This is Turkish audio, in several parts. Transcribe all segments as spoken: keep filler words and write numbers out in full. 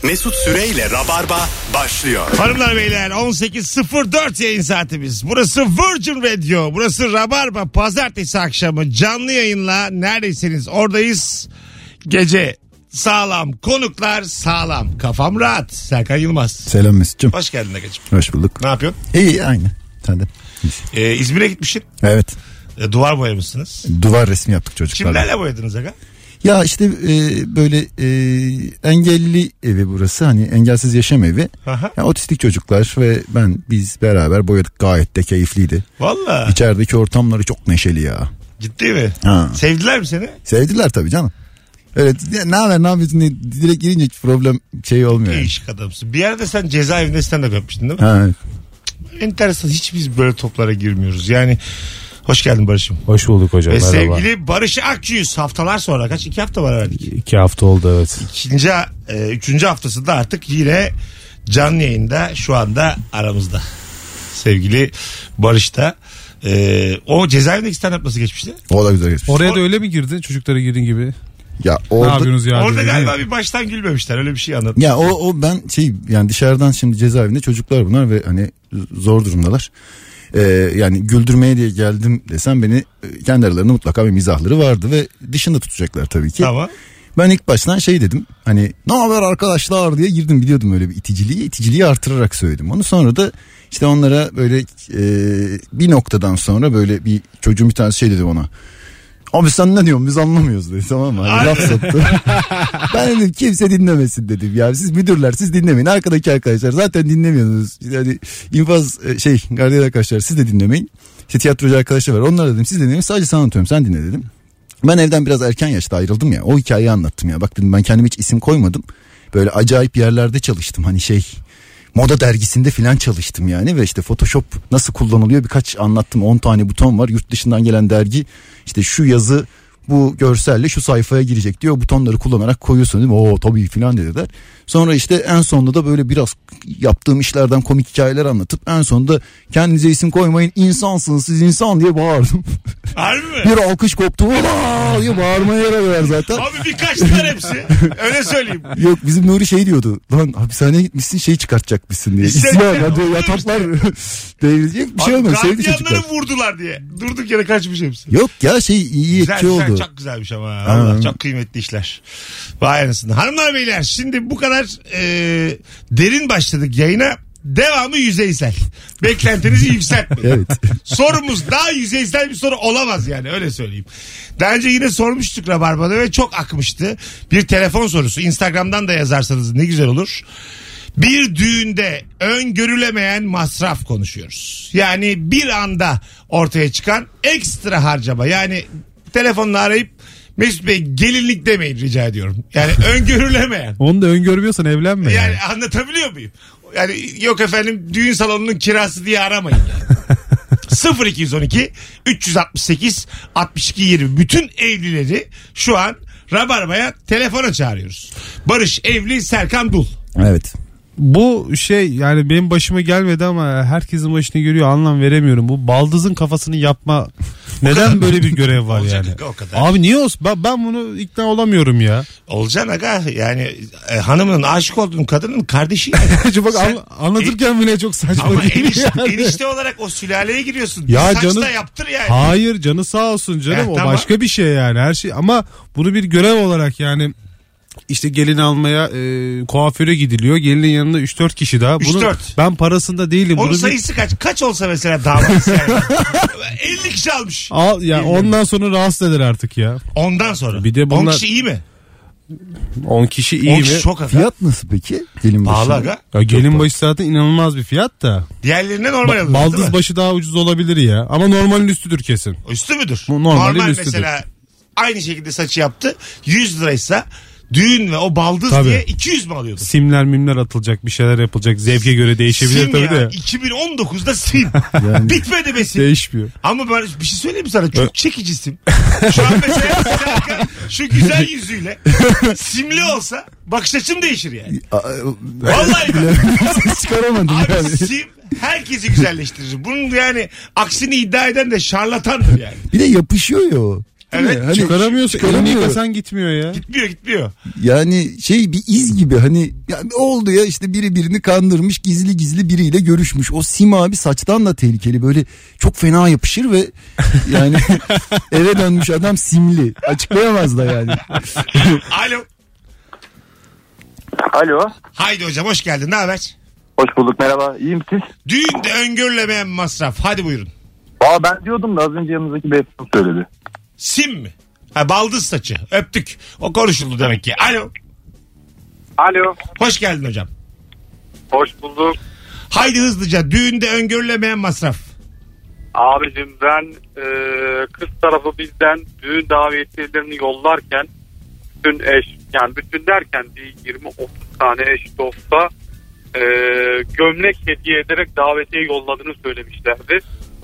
Mesut Süreyle Rabarba başlıyor. Hanımlar beyler on sekiz sıfır dört yayın saatimiz. Burası Virgin Radio. Burası Rabarba. Pazartesi akşamı canlı yayınla neredeyseniz oradayız. Gece sağlam, konuklar sağlam. Kafam rahat. Serkan Yılmaz. Selam Mesut'cum. Hoş geldin Agacığım. Hoş bulduk. Ne yapıyorsun? İyi, aynı. Sen de. Ee, İzmir'e gitmişsin. Evet. Ee, duvar boyamışsınız. Duvar resmi yaptık çocuklarla. Kimlerle boyadınız Aga? Ya işte e, böyle e, engelli evi burası, hani engelsiz yaşam evi. Yani otistik çocuklar ve ben, biz beraber boyadık, gayet de keyifliydi. Valla. İçerideki ortamları çok neşeli ya. Ciddi mi? Ha. Sevdiler mi seni? Sevdiler tabii canım. Evet, ne haber, ne yapıyorsun diye direkt girince hiç problem şey olmuyor. Yani. Değişik adamsın. Bir yerde sen cezaevinde stand-up yapmıştın değil mi? Ha, evet. Enteresan, hiç biz böyle toplara girmiyoruz. Yani hoş geldin Barış'ım. Hoş bulduk hocam. Ve merhaba. sevgili Barış Akyüz, haftalar sonra, kaç iki hafta var verdik. İki hafta oldu, evet. İkinci, e, üçüncü haftası da artık yine canlı yayında şu anda aramızda. Sevgili Barış da. E, o cezaevindeki stand-up nasıl geçmişti? O da güzel geçmiş. Oraya O- da öyle mi girdin? Çocuklara girdin gibi. Ya Ne orada, yapıyorsunuz ya? Orada dedi, galiba değil mi? bir baştan gülmemişler, öyle bir şey anlat. ya o, o ben şey, yani dışarıdan şimdi cezaevinde çocuklar bunlar ve hani zor durumdalar. Ee, yani güldürmeye diye geldim desem beni, e, kendi aralarında mutlaka bir mizahları vardı ve dışında tutacaklar tabii ki. Tamam. Ben ilk baştan şey dedim, hani ne haber arkadaşlar diye girdim, biliyordum öyle bir iticiliği iticiliği artırarak söyledim onu. Sonra da işte onlara böyle e, bir noktadan sonra böyle bir çocuğun bir tanesi şey dedi bana, abi sen ne diyorsun biz anlamıyoruz dedi, tamam mı? Hani laf sattı. Ben dedim kimse dinlemesin dedim. Ya siz müdürler, siz dinlemeyin. Arkadaki arkadaşlar zaten dinlemiyorsunuz. Yani infaz şey gardiyan arkadaşlar, siz de dinlemeyin. İşte tiyatrocu arkadaşlar var, onlar dedim siz de dinlemeyin. Sadece sana anlatıyorum, sen dinle dedim. Ben evden biraz erken yaşta ayrıldım ya. O hikayeyi anlattım ya. Bak dedim, ben kendime hiç isim koymadım. Böyle acayip yerlerde çalıştım. Hani şey, moda dergisinde filan çalıştım yani. Ve işte Photoshop nasıl kullanılıyor birkaç anlattım. on tane buton var. Yurt dışından gelen dergi işte şu yazı bu görselle şu sayfaya girecek diyor. Butonları kullanarak koyuyorsun değil mi? Oo tabii filan dediler. Sonra işte en sonunda da böyle biraz yaptığım işlerden komik hikayeler anlatıp en sonunda kendinize isim koymayın, insansınız siz, insan diye bağırdım. Harbi mi? Bir alkış koptu. Ola diye bağırmaya yarar zaten. Abi birkaçlar hepsi. Öyle söyleyeyim. Yok, bizim Nuri şey diyordu. Lan hapishaneye gitmişsin, şey çıkartacakmışsın diye. İşte İsyan. işte, Hadi oluyor yataklar devrilecek bir şey Abi olmuyor. Sevdi çocuklar. gardiyanları vurdular diye. Durduk yere kaçmış hepsi. Yok ya, şey iyi Güzel, etki güzel, oldu. çok güzelmiş ama. Allah, çok kıymetli işler. Vay anasını. Hanımlar beyler, şimdi bu kadar e, derin başladık yayına. Devamı yüzeysel. Beklentinizi yükseltmeyin. Evet. Sorumuz daha yüzeysel bir soru olamaz yani, öyle söyleyeyim. Daha önce yine sormuştuk Rabarba'da ve çok akmıştı. Bir telefon sorusu. Instagram'dan da yazarsanız ne güzel olur. Bir düğünde öngörülemeyen masraf konuşuyoruz. Yani bir anda ortaya çıkan ekstra harcama. Yani telefonla arayıp Mesut Bey gelinlik demeyin rica ediyorum. Yani öngörülemeyen. Onu da öngörmüyorsan evlenme. Yani Yani. anlatabiliyor muyum? Yani yok efendim düğün salonunun kirası diye aramayın. sıfır iki on iki üç altı sekiz altmış iki yirmi bütün evlileri şu an Rabarba'ya telefona çağırıyoruz. Barış evli, Serkan dul. Evet. Bu şey yani benim başıma gelmedi ama herkesin başına geliyor, anlam veremiyorum. Bu baldızın kafasını yapma, neden böyle bir görev var Olacak, yani? o kadar. Abi niye olsun? Ben, ben bunu ikna olamıyorum ya. Olacaksın aga, yani e, hanımının aşık olduğun kadının kardeşi. Yani. Bak Sen- an- anlatırken bile çok saçma Ama geliyor enişte, yani. enişte olarak o sülaleye giriyorsun. Ya Saç canım- da yaptır yani. Hayır canı sağ olsun canım, Eh, o tamam. başka bir şey yani her şey, ama bunu bir görev olarak yani işte gelin almaya e, kuaföre gidiliyor, gelinin yanında üç dört kişi daha. üç Bunu, dört. ben parasında değilim. Onun Bunu bir- sayısı kaç? Kaç olsa mesela damat yani. elli kişi almış. Al ya, Bilmiyorum. ondan sonra rahatsız eder artık ya. Ondan sonra. Bir de on bunlar- kişi iyi mi? on kişi iyi on mi? kişi çok aga. Fiyat nasıl peki? Gelin Pahalı başına. aga. Ya gelin başı zaten inanılmaz bir fiyat da. Diğerlerine normal Ba- alıyoruz değil baldız mi? başı daha ucuz olabilir ya. Ama normalin üstüdür kesin. Üstü müdür? Bu normalin Normal üstüdür. mesela aynı şekilde saçı yaptı. yüz liraysa düğün ve o baldız Tabii. diye iki yüz mü alıyordun? Simler mimler atılacak, bir şeyler yapılacak. Zevke göre değişebilir Sim tabii ya. de. iki bin on dokuzda sim. Yani- Bitmedi be sim. Değişmiyor. Ama ben bir şey söyleyeyim mi sana? Çok çekici sim. Şu an mesela Serkan şu güzel yüzüyle simli olsa bakış açım değişir yani. Aa, Vallahi ben. ses çıkaramadım Abi yani. sim herkesi güzelleştirir. Bunun yani aksini iddia eden de şarlatandır yani. Bir de yapışıyor ya o. değil Evet, mi? Hani Çıkaramıyorsun. Elini çıkaramıyor. yıkasan gitmiyor ya. Gitmiyor gitmiyor. Yani şey bir iz gibi hani yani oldu ya işte biri birini kandırmış gizli gizli biriyle görüşmüş. O sima bir saçtan da tehlikeli böyle çok fena yapışır ve yani eve dönmüş adam simli. Açıklayamaz da yani. Alo. Alo. Haydi hocam hoş geldin. Ne haber? Hoş bulduk, merhaba. İyiyim siz? Düğünde öngörülemeyen masraf. Hadi buyurun. Aa, ben diyordum da az önce yanınızdaki beyefendi söyledi. Sim mi? Ha, baldız saçı. Öptük. O konuşuldu demek ki. Alo. Alo. Hoş geldin hocam. Hoş bulduk. Haydi hızlıca. Düğünde öngörülemeyen masraf. Abicim ben e, kız tarafı bizden düğün davetiyelerini yollarken bütün eş, yani bütün derken bir yirmi otuz tane eş dosta e, gömlek hediye ederek davetiye yolladığını söylemişlerdi.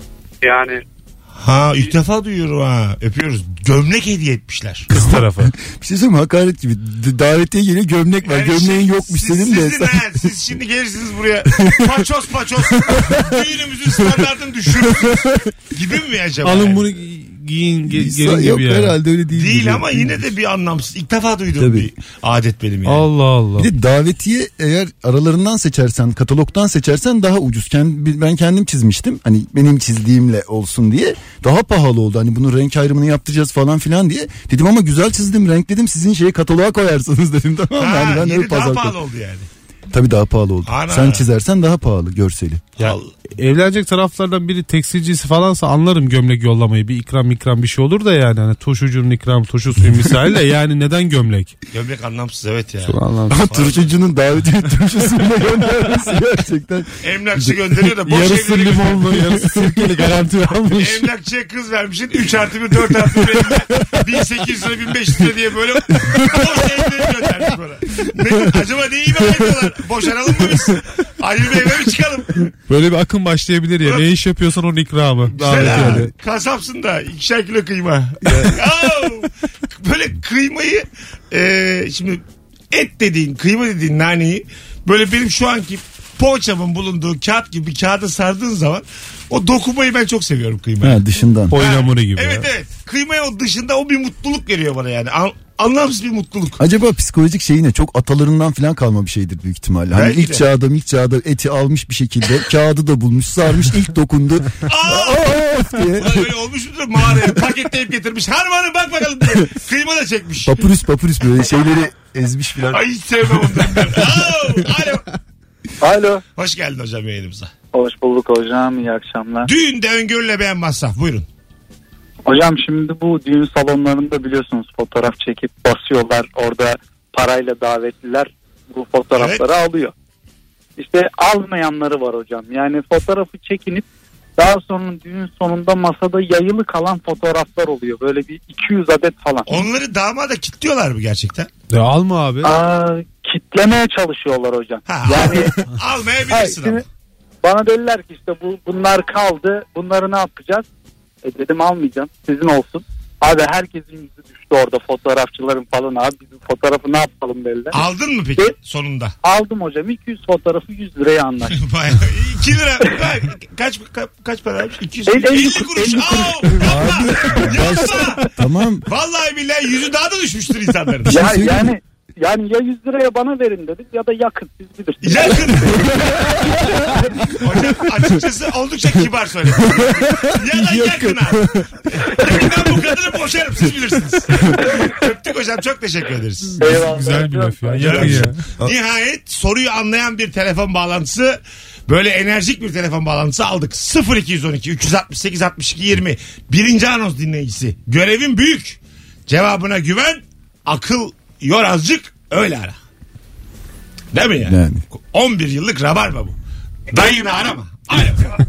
Yani Ha ilk defa duyuyorum ha. Öpüyoruz. Gömlek hediye etmişler. Kız tarafı. Bir şey söyleyeyim mi? Hakaret gibi. D- davetiye geliyor gömlek var. Yani Gömleğin siz- yokmuş siz- senin de. Sizin ha, siz şimdi gelirsiniz buraya paçoz paçoz düğünümüzün standartını düşürürsünüz gibi mi acaba? Alın yani? bunu giyin ge- İnsan- gelin yok gibi ya. herhalde öyle değil. Değil gibi. ama yine de bir anlamsız. İlk defa duyduğum Tabii. bir adet benim yani. Allah Allah. Bir de davetiye eğer aralarından seçersen, katalogdan seçersen daha ucuz. Kend- ben kendim çizmiştim. Hani benim çizdiğimle olsun diye. Daha pahalı oldu. Hani bunun renk ayrımını yaptıracağız falan filan diye. Dedim ama güzel çizdim, renkledim. Sizin şeyi kataloğa koyarsınız dedim, tamam mı? Ha, Yani ben yeni öyle daha pazar pahalı koydum. oldu yani. Tabii daha pahalı oldu. Ana. Sen çizersen daha pahalı görseli. Ya, evlenecek taraflardan biri tekstilcisi falansa anlarım gömlek yollamayı. Bir ikram ikram bir şey olur da yani. Hani turşucunun ikram, turşu suyu misali de yani neden gömlek? Gömlek anlamsız evet ya. Çok anlamsız. Ama turşucunun davetiye turşusuyla göndermesi gerçekten. Emlakçı gönderiyor da boş Yarısı evlere- limonlu, yarısı sirkeli garanti almış. Emlakçıya kız vermişsin üç artı bir dört artı bir bin sekiz yüz lira bin beş yüz lira diye böyle boş evleri göndermiş bana. Ne, acaba ne ima ediyorlar? Boşanalım mı biz? Ayrı bir eve mi çıkalım? Böyle bir akım başlayabilir ya. Ne iş yapıyorsan onun ikramı. Güzel ha. Davetiyeli. Kasapsın da ikişer kilo kıyma. Au! Böyle kıymayı e, şimdi et dediğin kıyma dediğin naneyi böyle benim şu anki poğaçamın bulunduğu kağıt gibi bir kağıda sardığın zaman o dokunmayı ben çok seviyorum kıymaya. Ha, dışından. Koyun hamuru gibi. Evet ya. evet. Kıymaya o dışında o bir mutluluk veriyor bana yani. An- anlamsız bir mutluluk. Acaba psikolojik şeyi ne? Çok atalarından falan kalma bir şeydir büyük ihtimalle. Hani Belki ilk de. çağda ilk çağda eti almış bir şekilde kağıdı da bulmuş sarmış ilk dokundu. Aa! Of diye. Ulan öyle olmuş mudur mağaraya paketleyip getirmiş. Hanım hanım bak bakalım diye. Kıyma da çekmiş. Papyrus papyrus böyle şeyleri ezmiş filan. Ay hiç sevmem ondan. Alo. Alo. Alo. Hoş geldin hocam yayınımıza. Hoş bulduk hocam, iyi akşamlar. Düğünde öngörülemeyen masraf buyurun. Hocam şimdi bu düğün salonlarında biliyorsunuz fotoğraf çekip basıyorlar. Orada parayla davetliler bu fotoğrafları alıyor. İşte almayanları var hocam. Yani fotoğrafı çekinip daha sonra düğün sonunda masada yayılı kalan fotoğraflar oluyor. Böyle bir iki yüz adet falan. Onları damada kilitliyorlar mı gerçekten? Ya alma abi. Aa, kitlemeye çalışıyorlar hocam. Ha, Yani almayabilirsin hayır, ama. şimdi bana dediler ki işte bu bunlar kaldı. Bunları ne yapacağız? E dedim almayacağım. Sizin olsun. Abi herkesin yüzü düştü orada, fotoğrafçıların falan. Abi bizim fotoğrafı ne yapalım dediler. Aldın mı peki Evet. sonunda? Aldım hocam, iki yüz fotoğrafı yüz liraya anlaştık. Bayağı. iki lira. Kaç kaç, kaç paraymış? iki yüz. elli elli kuruş, kuruş. elli Aa, yapma. Yapma. Tamam. Vallahi billahi yüzü daha da düşmüştür insanların. şey ya söyleyeyim yani yani ya yüz liraya bana verin dedim ya da yakın, siz bilirsiniz. Yakın. Hocam açıkçası oldukça kibar söyledim. Ya da yakın abi. Ben bu kadını boşarım, siz bilirsiniz. Öptük hocam, çok teşekkür ederiz. Eyvallah. Güzel bir laf ya. Canım. Yakın ya. Nihayet soruyu anlayan bir telefon bağlantısı, böyle enerjik bir telefon bağlantısı aldık. sıfır iki on iki üç altı sekiz altmış iki yirmi birinci anons dinleyicisi. Görevin büyük. Cevabına güven, akıl yor azıcık, öyle ara. Değil mi yani? Yani. on bir yıllık rabarba bu. Dayını arama. Alo.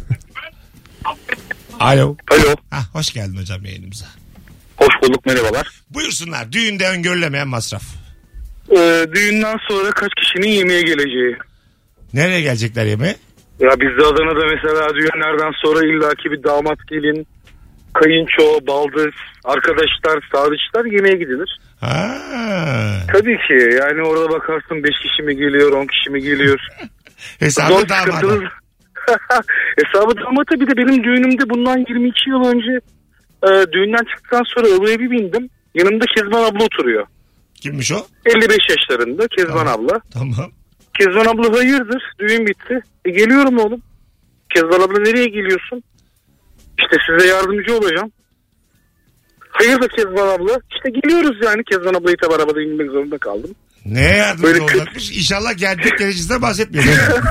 Alo. Alo. Hah, hoş geldin hocam yayınımıza. Hoş bulduk, merhabalar. Buyursunlar. Düğünde öngörülemeyen masraf. Ee, düğünden sonra kaç kişinin yemeğe geleceği. Nereye gelecekler yemeğe? Ya bizde Adana'da mesela düğünlerden sonra illaki bir damat gelin, kayınço, baldız, arkadaşlar, sadıçlar yemeğe gidilir. Ha. Tabii ki yani orada bakarsın beş kişi mi geliyor, on kişi mi geliyor. Hesabı Zor damada. sıkıntılı. Hesabı damata, bir de benim düğünümde bundan yirmi iki yıl önce e, düğünden çıktıktan sonra arabaya bir bindim. Yanımda Kezban abla oturuyor. Kimmiş o? elli beş yaşlarında Kezban Tamam. abla. Tamam. Kezban abla hayırdır? Düğün bitti. E, geliyorum oğlum. Kezban abla nereye geliyorsun? İşte size yardımcı olacağım. Hayırdır Kezban abla? İşte geliyoruz yani. Kezban ablayı tabi arabada inmek zorunda kaldım. Neye yardımcı Böyle olacakmış? İnşallah gelecek derecesinden bahsetmiyor.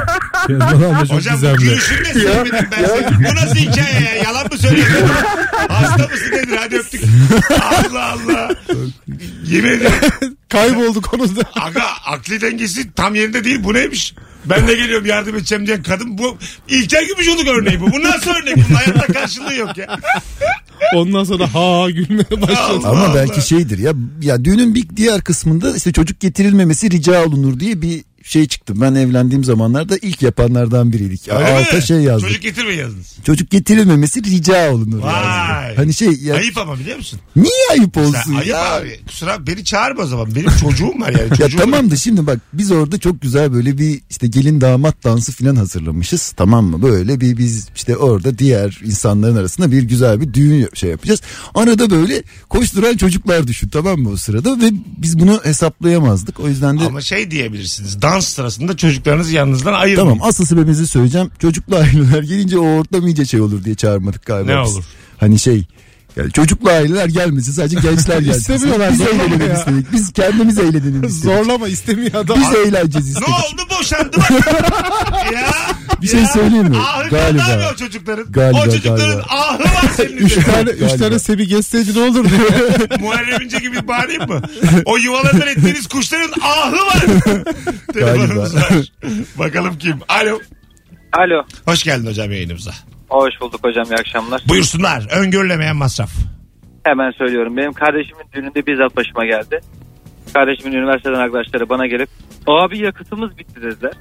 Hocam bu güzel. gülüşünle sevmedim ben seni. Bu nasıl hikaye ya? Yalan mı söylüyorsun? Hasta mısın nedir? Hadi öptük. Allah Allah. Yemin ediyorum. Kayboldu konuda. Aga akli dengesi tam yerinde değil. Bu neymiş? Ben de geliyorum yardım edeceğim diyen kadın. Bu İlker Gümüşoluk örneği bu. Bu nasıl örnek? Bunun hayatta karşılığı yok ya. Ondan sonra ha gülmeye başladı. Allah Ama Allah. belki şeydir ya, ya düğünün bir diğer kısmında işte çocuk getirilmemesi rica olunur diye bir şey çıktı. Ben evlendiğim zamanlarda ilk yapanlardan biriydik. Öyle Alta mi? şey yazdık. Çocuk getirme yazdınız. Çocuk getirilmemesi rica olunur. Vay. yazdık. Hani şey ya, Ayıp ama biliyor musun? niye ayıp Sen olsun ayıp ya? abi. Kusura beni çağırma o zaman. Benim çocuğum var yani. Ya Çocuğum tamam da şimdi bak biz orada çok güzel böyle bir işte gelin damat dansı filan hazırlamışız, tamam mı? Böyle bir biz işte orada diğer insanların arasında bir güzel bir düğün şey yapacağız. Arada böyle koşturan çocuklar düşün, tamam mı, o sırada, ve biz bunu hesaplayamazdık. O yüzden de Ama şey diyebilirsiniz. Dans sırasında çocuklarınızı yanınızdan ayırmayın. tamam, asıl sebebimizi söyleyeceğim. Çocuklu aileler gelince o ortam iyice şey olur diye çağırmadık galiba. Ne biz. olur? Hani şey, yani çocuklu aileler gelmesin, sadece gençler gelsin. İstemiyorlar, Biz zorlama eğlenelim ya. istedik. Biz kendimiz eğlenelim istedik. Zorlama, istemiyor adam. Biz eğleneceğiz Ne istedik. oldu boşandı bak. ya. Bir şey ya. söyleyeyim mi? Ahı Galiba. kaldı abi o çocukların. Galiba, o çocukların galiba. ahı var senin Üç üzerinde. tane, üç Galiba. tane sebi geçseydi ne olur diye. Muharrem İnce gibi bağırayım mı? O yuvalarından ettiğiniz kuşların ahı var. Telefonumuz var. Bakalım kim? Alo. Alo. Hoş geldin hocam yayınımıza. Hoş bulduk hocam, iyi akşamlar. Buyursunlar. Öngörülemeyen masraf. Hemen söylüyorum. Benim kardeşimin düğününde bizzat başıma geldi. Kardeşimin üniversiteden arkadaşları bana gelip abi yakıtımız bitti dediler.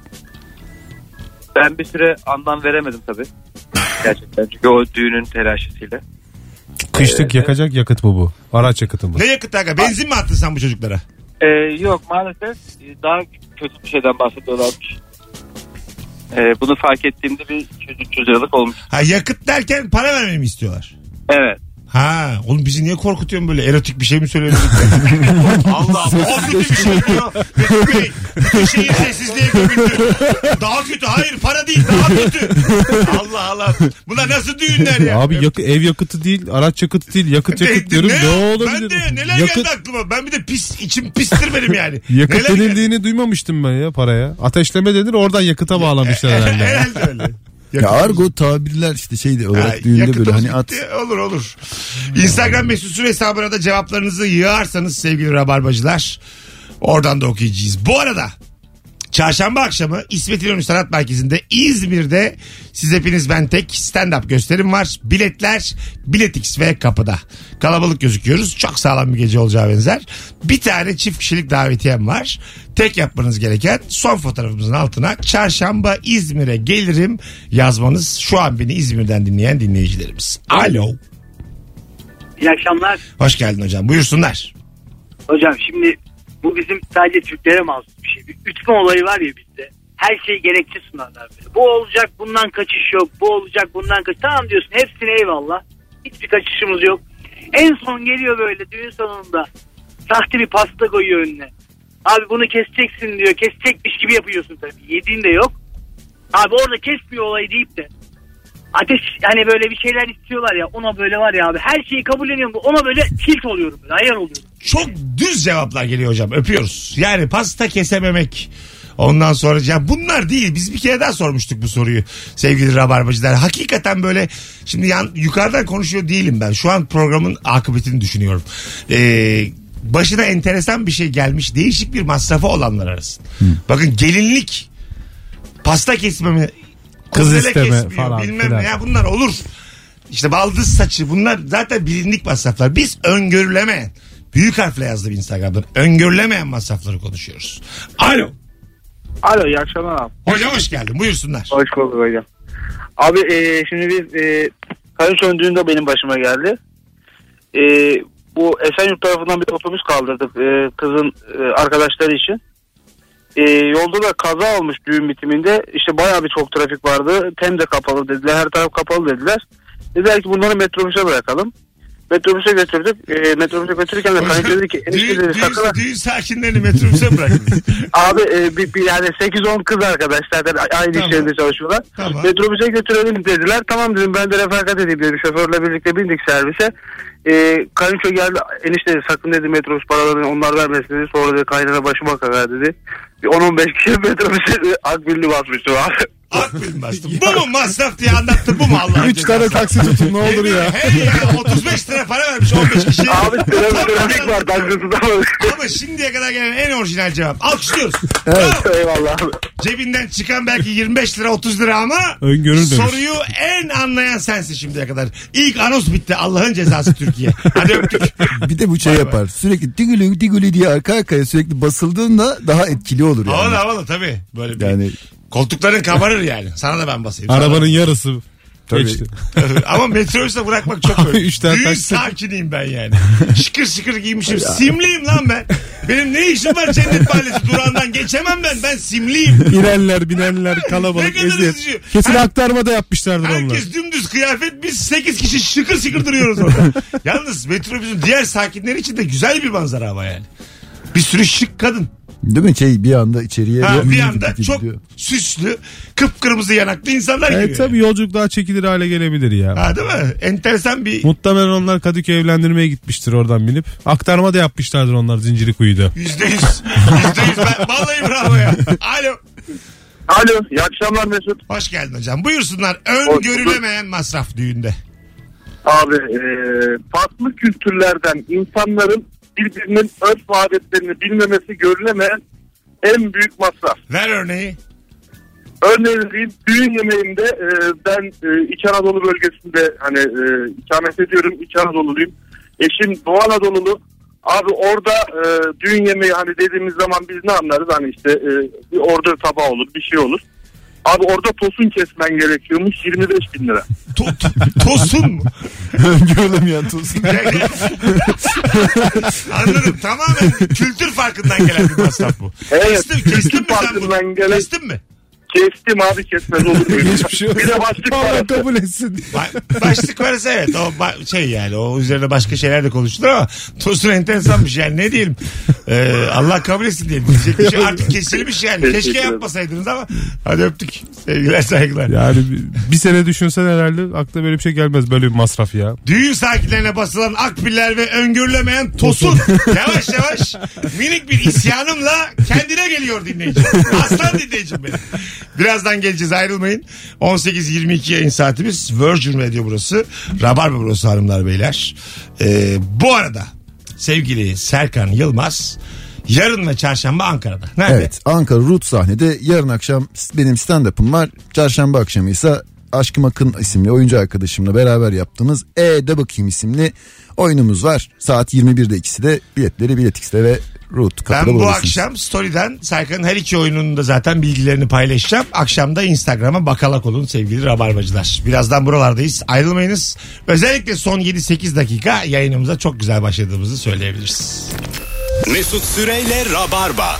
Ben bir süre anlam veremedim tabii. Gerçekten, çünkü o düğünün telaşesiyle. Kışlık yakacak yakıt bu bu. Araç yakıtı mı? Ne yakıt aga? Benzin mi attın sen bu çocuklara? Ee, yok maalesef daha kötü bir şeyden bahsediyorlarmış. Ee, bunu fark ettiğimde bir çocuk çocuğluk olmuş. Ha yakıt derken para vermemi mi istiyorlar? Evet. Ha oğlum bizi niye korkutuyorsun böyle, erotik bir şey mi söyledin? Allah Allah, o kötü bir şey diyor. Mesut Bey, bütün şehir sessizliğe gömüldü. Daha kötü, hayır para değil, daha kötü. Allah Allah, bunlar nasıl düğünler ya? Abi yakı, ev yakıtı değil, araç yakıtı değil, yakıt yakıt diyorum. Ne, olabilir? Ben de neler yakıt, geldi aklıma, ben bir de pis, içim pistir benim yani. yakıt Neler denildiğini geldi? Duymamıştım ben ya paraya. Ateşleme denir, oradan yakıta bağlamışlar geldi? herhalde. Herhalde öyle. Ya argo tabirler işte şey olarak Ha, düğünde böyle yakıtımız hani at. bitti. Olur olur. Instagram mesut süre hesabına da cevaplarınızı yığarsanız sevgili rabarbacılar, oradan da okuyacağız. Bu arada çarşamba akşamı İsmet İnönü Sanat Merkezi'nde İzmir'de siz hepiniz ben tek stand-up gösterim var. Biletler Biletix ve kapıda. Kalabalık gözüküyoruz. Çok sağlam bir gece olacağı benzer. Bir tane çift kişilik davetiyem var. Tek yapmanız gereken son fotoğrafımızın altına çarşamba İzmir'e gelirim yazmanız. Şu an beni İzmir'den dinleyen dinleyicilerimiz. Alo. İyi akşamlar. Hoş geldin hocam. Buyursunlar. Hocam şimdi bu bizim sadece Türklere mahsus bir şey. Bir ütme olayı var ya bizde. Her şeyi gerekçe sunarlar. Böyle. Bu olacak, bundan kaçış yok. Bu olacak, bundan kaçış. Tamam diyorsun, hepsine eyvallah. Hiçbir kaçışımız yok. En son geliyor böyle düğün salonunda. Sahte bir pasta koyuyor önüne. Abi bunu keseceksin diyor. Kesecekmiş gibi yapıyorsun tabii. Yediğin de yok. Abi orada kesmiyor olayı deyip de ateş, hani böyle bir şeyler istiyorlar ya, ona böyle var ya abi, her şeyi kabulleniyorum, ona böyle tilt oluyorum, böyle hayal oluyorum. Çok düz cevaplar geliyor hocam, öpüyoruz. Yani pasta kesememek, ondan sonra ya bunlar değil, biz bir kere daha sormuştuk bu soruyu sevgili rabarbacılar. Hakikaten böyle şimdi yan, yukarıdan konuşuyor değilim ben, şu an programın akıbetini düşünüyorum. Ee, başına enteresan bir şey gelmiş, değişik bir masrafı olanlar arasında. Hı. Bakın gelinlik, pasta kesmemi, kız isteme isteme falan bilmem filan. ne ya, bunlar olur. İşte baldız saçı, bunlar zaten bilindik masraflar. Biz öngörülemeyen, büyük harfle yazdım Instagram'dan, öngörülemeyen masrafları konuşuyoruz. Alo. Alo, iyi akşamlar abi. Hocam hoş geldin, buyursunlar. Hoş bulduk hocam. Abi e, şimdi biz e, kayınço düğünde benim başıma geldi. E, bu Esenyurt tarafından bir otobüs kaldırdık e, kızın e, arkadaşları için. E, yolda da kaza olmuş düğün bitiminde. İşte bayağı bir çok trafik vardı. Tem de kapalı dediler. Her taraf kapalı dediler. Dediler ki bunları metrobüse bırakalım. Metrobüse götürdük. E, metrobüse götürürken de kayınço dedi ki enişte dedi Düğün, sakın. düğün, düğün sakinlerini metrobüse bırakın. Abi e, bir, bir yani sekiz on kız arkadaşlar aynı Tamam. iş yerinde çalışıyorlar. Tamam. Metrobüse götürelim dediler. Tamam dedim ben de refakat edeyim dedim. Şoförle birlikte bindik servise. E, kayınço geldi enişte dedi sakın dedi metrobüs paralarını onlar vermesin dedi. Sonra dedi kaynana başıma kakar dedi. Bir on on beş kişi metrobüse akbilli basmıştım abi. Akbil bastım. Bu mu masraf diye anlattı bu mu Allah'ın Üç tane taksi tutun ne olur ya. Hey ya otuz beş lira para vermiş on beş kişi. Abi trafik var dalgası da var. Ama şimdiye kadar gelen en orijinal cevap. Alkışlıyoruz. Evet. Eyvallah abi. Cebinden çıkan belki yirmi beş lira otuz lira ama Öngörül demiş. soruyu en anlayan sensin şimdiye kadar. İlk anons bitti. Allah'ın cezası Türkiye. Hadi öptük. Bir de bu şey Bay bay. yapar. Sürekli digülü digülü diye arka arkaya sürekli basıldığında daha etkili olur yani. Havalı havalı tabii. Böyle bir Yani koltukların kabarır yani. Sana da ben basayım. Sana Arabanın da. yarısı Tabii. geçti. Ama metrobüse bırakmak çok öyle. Üç tane Düğün taksi. sakiniyim ben yani. Şıkır şıkır giymişim. Simliyim lan ben. Benim ne işim var Cennet Mahallesi durağından geçemem ben. Ben simliyim. İnenler binenler Ne kalabalık kadar eziyet. üzücü. Kesin Her- aktarma da yapmışlardır onlar. Herkes dümdüz kıyafet biz sekiz kişi şıkır şıkır duruyoruz orada. Yalnız metrobüsün diğer sakinleri için de güzel bir manzara ama yani. Bir sürü şık kadın. değil mi şey bir anda içeriye Ha, yürü bir gibi anda gidiyor. çok süslü kıpkırmızı yanaklı insanlar geliyor. Evet tabii yani. yolculuk daha çekilir hale gelebilir ya. Ha değil mi? Enteresan bir Muhtemelen onlar Kadıköy evlendirmeye gitmiştir oradan binip. Aktarma da yapmışlardır onlar Zincirlikuyu'da. yüzde yüz. Yüzde yüz. Ben vallahi bravo ya. Alo. Alo iyi akşamlar Mesut. Hoş geldin hocam. Buyursunlar. Öngörülemeyen masraf düğünde. Abi e, farklı kültürlerden insanların birbirinin örf ve adetlerini bilmemesi görülemeyen en büyük masraf. Ver örneği. Örneğin vereyim, düğün yemeğinde e, ben e, İç Anadolu bölgesinde hani e, ikamet ediyorum. İç Anadolu'luyum. Eşim Doğu Anadolulu. Abi orada e, düğün yemeği hani dediğimiz zaman biz ne anlarız? Hani işte e, bir order tabağı olur, bir şey olur. Abi orada tosun kesmen gerekiyormuş yirmi beş bin lira. To, to, tosun mu? Görülemeyen tosun. Anladım. Tamamen kültür farkından gelen bir masraf bu. Evet. Kestim, kestim mi sen bunu? Farkından gelen- Kestin mi? Kestim abi kesmez olur muyum? Hiçbir şey yok. Bir de başlık Allah var. kabul etsin. Ba- başlık varsa evet o ba- şey yani o üzerine başka şeyler de konuşulur ama tosun enteresanmış yani ne diyelim Ee, Allah kabul etsin diyelim diyecek bir şey artık kesilmiş yani keşke Teşekkür ederim. yapmasaydınız ama hadi öptük sevgiler saygılar. Yani bir, bir sene düşünsen herhalde aklına böyle bir şey gelmez böyle bir masraf ya. Düğün sakinlerine basılan akbiller ve öngörülemeyen tosun yavaş yavaş minik bir isyanımla kendine geliyor dinleyici. Aslan dinleyicim benim. Birazdan geleceğiz ayrılmayın. on sekiz yirmi iki yayın saatimiz. Virgin Radio burası. Rabarba burası hanımlar beyler. Ee, bu arada sevgili Serkan Yılmaz yarın ve çarşamba Ankara'da. Nerede? Evet Ankara Root sahnede yarın akşam benim stand-up'ım var. Çarşamba akşamı ise Aşkım Akın isimli oyuncu arkadaşımla beraber yaptığımız E de bakayım isimli oyunumuz var. Saat yirmi birde ikisi de biletleri Bilet X'de ve Root Ben kapıda bu bulursunuz. akşam Story'den Serkan'ın her iki oyununun da zaten bilgilerini paylaşacağım. Akşam da Instagram'a bakalak olun sevgili Rabarbacılar. Birazdan buralardayız. Ayrılmayınız. Özellikle son yedi sekiz dakika yayınımıza çok güzel başladığımızı söyleyebiliriz. Mesut Süreyle Rabarba.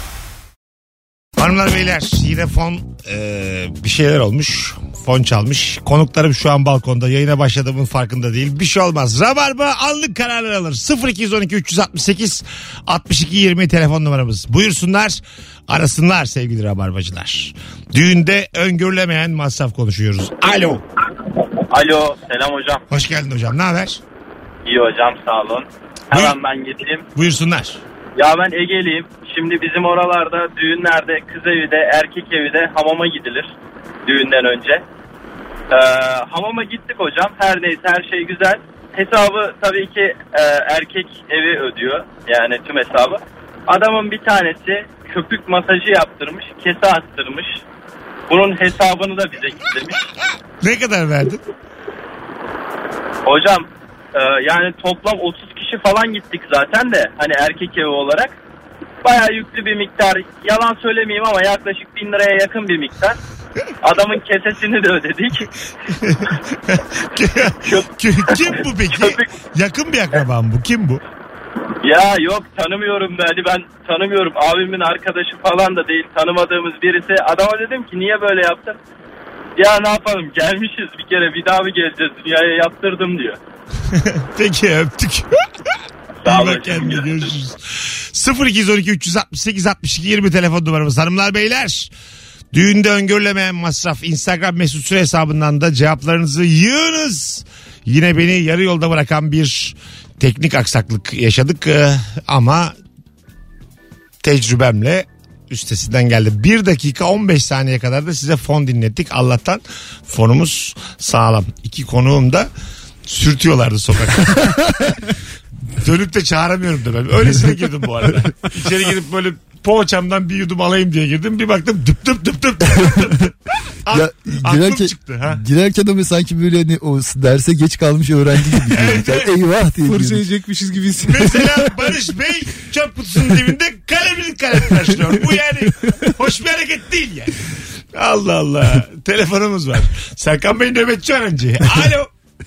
Hanımlar beyler yine fon e, bir şeyler olmuş. Fon çalmış. Konuklarım şu an balkonda yayına başladığımın farkında değil. Bir şey olmaz. Rabarba anlık kararlar alır. sıfır iki on iki üç altı sekiz altmış iki yirmi telefon numaramız. Buyursunlar arasınlar sevgili Rabarbacılar. Düğünde öngörülemeyen masraf konuşuyoruz. Alo. Alo selam hocam. Hoş geldin hocam. Ne haber? İyi hocam sağ olun. Hemen ben gideyim. Buyursunlar. Ya ben Ege'liyim. Şimdi bizim oralarda düğünlerde kız evi de erkek evi de hamama gidilir. Düğünden önce. Ee, hamama gittik hocam. Her neyse her şey güzel. Hesabı tabii ki e, erkek evi ödüyor. Yani tüm hesabı. Adamın bir tanesi köpük masajı yaptırmış. Kese attırmış. Bunun hesabını da bize istemiş. Ne kadar verdin? Hocam e, yani toplam otuz kişi falan gittik zaten de hani erkek evi olarak. Bayağı yüklü bir miktar, yalan söylemeyeyim ama yaklaşık bin liraya yakın bir miktar. Adamın kesesini de ödedik. Kim bu peki? Yakın bir akrabam bu. Kim bu? Ya yok tanımıyorum da hani ben tanımıyorum. Abimin arkadaşı falan da değil, tanımadığımız birisi. Adama dedim ki niye böyle yaptın? Ya ne yapalım gelmişiz bir kere bir daha mı geleceğiz dünyaya yaptırdım diyor. Peki öptük. Sağ İyi bak kendine, görüşürüz. sıfır iki on iki üç altı sekiz altmış iki yirmi telefon numaramız. Hanımlar beyler, düğünde öngörülemeyen masraf. Instagram Mesut Süre hesabından da cevaplarınızı yığınız. Yine beni yarı yolda bırakan bir teknik aksaklık yaşadık ee, ama tecrübemle üstesinden geldi. bir dakika on beş saniye kadar da size fon dinlettik. Allah'tan fonumuz sağlam. İki konuğum da sürtüyorlardı sokakta. Dönüp de çağıramıyorum da ben. Öylesine girdim bu arada. İçeri girip böyle poğaçamdan bir yudum alayım diye girdim. Bir baktım dıp dıp dıp dıp dıp dıp. Ya, girerken, çıktı, ha? girerken ama sanki böyle hani o derse geç kalmış öğrenci gibi. Evet, evet. Eyvah diye. Fırça yiyecekmişiz gibi hissediyorum. Mesela Barış Bey çöp kutusunun dibinde kalemini kalem taşlıyor. Bu yani hoş bir hareket değil yani. Allah Allah. Telefonumuz var. Serkan Bey nöbetçi öğrenci. Alo.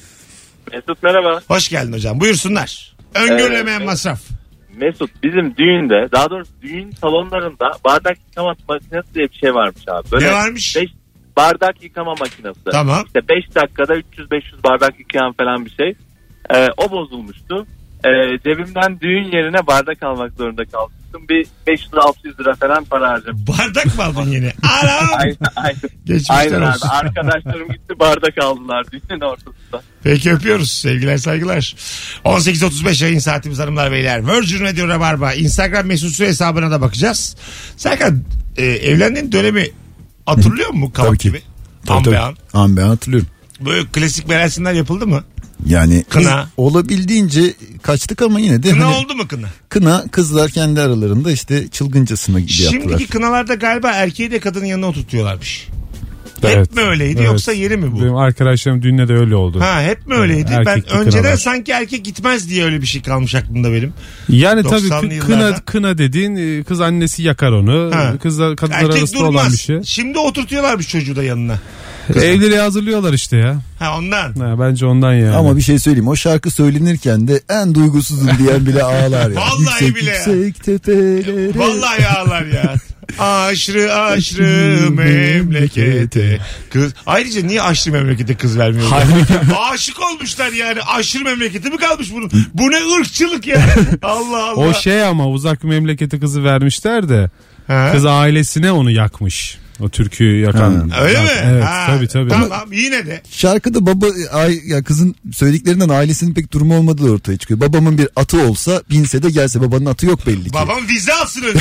Mesut merhaba. Hoş geldin hocam. Buyursunlar. Öngörülemeyen ee, masraf. Mesut bizim düğünde, daha doğrusu düğün salonlarında bardak yıkama makinesi diye bir şey varmış abi. Böyle ne varmış? Beş, bardak yıkama makinesi. Tamam. İşte beş dakikada üç yüz beş yüz bardak yıkayan falan bir şey. Ee, o bozulmuştu. Ee, cebimden düğün yerine bardak almak zorunda kalmıştım. Bir beş yüz altı yüz lira falan para harcadım. Bardak mı aldın yine? Anam. Aynen aynen. Geçmişler aynen abi. olsun. Arkadaşlarım gitti bardak aldılar düğünün ortasında. Peki öpüyoruz. Sevgiler saygılar. on sekiz otuz beş yayın saatimiz hanımlar beyler. Virgin Radio Rabarba. Instagram Mesut Süre hesabına da bakacağız. Serkan e, evlendiğin dönemi hatırlıyor musun? Kavak gibi. An be an. An be an hatırlıyorum. Böyle klasik merasimler yapıldı mı? Yani kına. Olabildiğince kaçtık ama yine de. Kına hani, oldu mu kına? Kına kızlar kendi aralarında işte çılgıncasına gibi Şimdiki yaptılar. Şimdiki kınalarda galiba erkeği de kadının yanına oturtuyorlarmış. Evet. Hep mi öyleydi evet. Yoksa yeri mi bu? Benim arkadaşlarım düğünde de öyle oldu. Ha hep mi öyleydi? Erkekli ben önceden kınalar. sanki erkek gitmez diye öyle bir şey kalmış aklımda benim. Yani tabii kına kına dediğin kız annesi yakar onu. Ha. Kızlar kadınlar erkek arasında durmaz. olan bir şey. Şimdi oturtuyorlarmış çocuğu da yanına. Evliliğe hazırlıyorlar işte ya. Ha ondan. Ha, bence ondan yani. Ama bir şey söyleyeyim, o şarkı söylenirken de en duygusuzum diyen bile ağlar ya. Vallahi yüksek, bile. Yüksek tepelere. Vallahi ağlar ya. Aşrı aşrı memlekete kız. Ayrıca niye aşrı memlekete kız vermiyorlar? Aşık olmuşlar yani. Aşrı memleketi mi kalmış bunun? Bu ne ırkçılık ya? Allah Allah. O şey ama uzak memlekete kızı vermişler de ha? Kız ailesine onu yakmış. O türküyü yakan. Ha. Öyle mi? Evet ha. tabii tabii. Tamam yine de. Şarkıda baba ay, ya kızın söylediklerinden ailesinin pek durumu olmadığı ortaya çıkıyor. Babamın bir atı olsa binse de gelse, babanın atı yok belli ki. Babam vize alsın önce.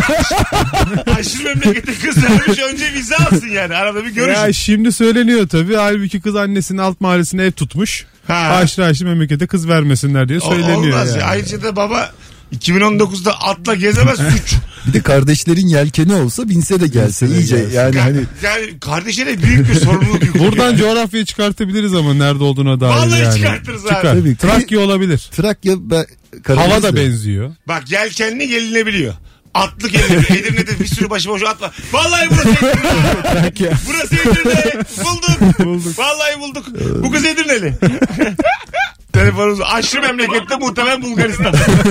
Aşırı memlekete kız vermiş, önce vize alsın yani. Arada bir görüşün. Ya şimdi söyleniyor tabii. Halbuki kız annesinin alt mahallesine ev tutmuş. Ha. Aşırı aşırı memlekete kız vermesinler diye söyleniyor. Olmaz yani. ya. Ayrıca da baba iki bin on dokuzda atla gezemez suç. Bir de kardeşlerin yelkeni olsa binse de gelse binse iyice gelsin. Yani Ka- hani. Yani kardeşine büyük bir sorumluluk yüklüyor. Buradan coğrafyayı çıkartabiliriz ama nerede olduğuna dair. Vallahi yani. çıkartırız abi. Çıkar. Tabii. Trakya olabilir. Trakya be, hava da benziyor. Bak yelkenli gelinebiliyor. Atlı gelinebiliyor. Edirne'de bir sürü başıboş at var. Vallahi burası Edirne. Burası Edirne. Bulduk. bulduk. Vallahi bulduk. Bu kız Edirneli. Telefonumuz aşırı memlekette, muhtemelen Bulgaristan.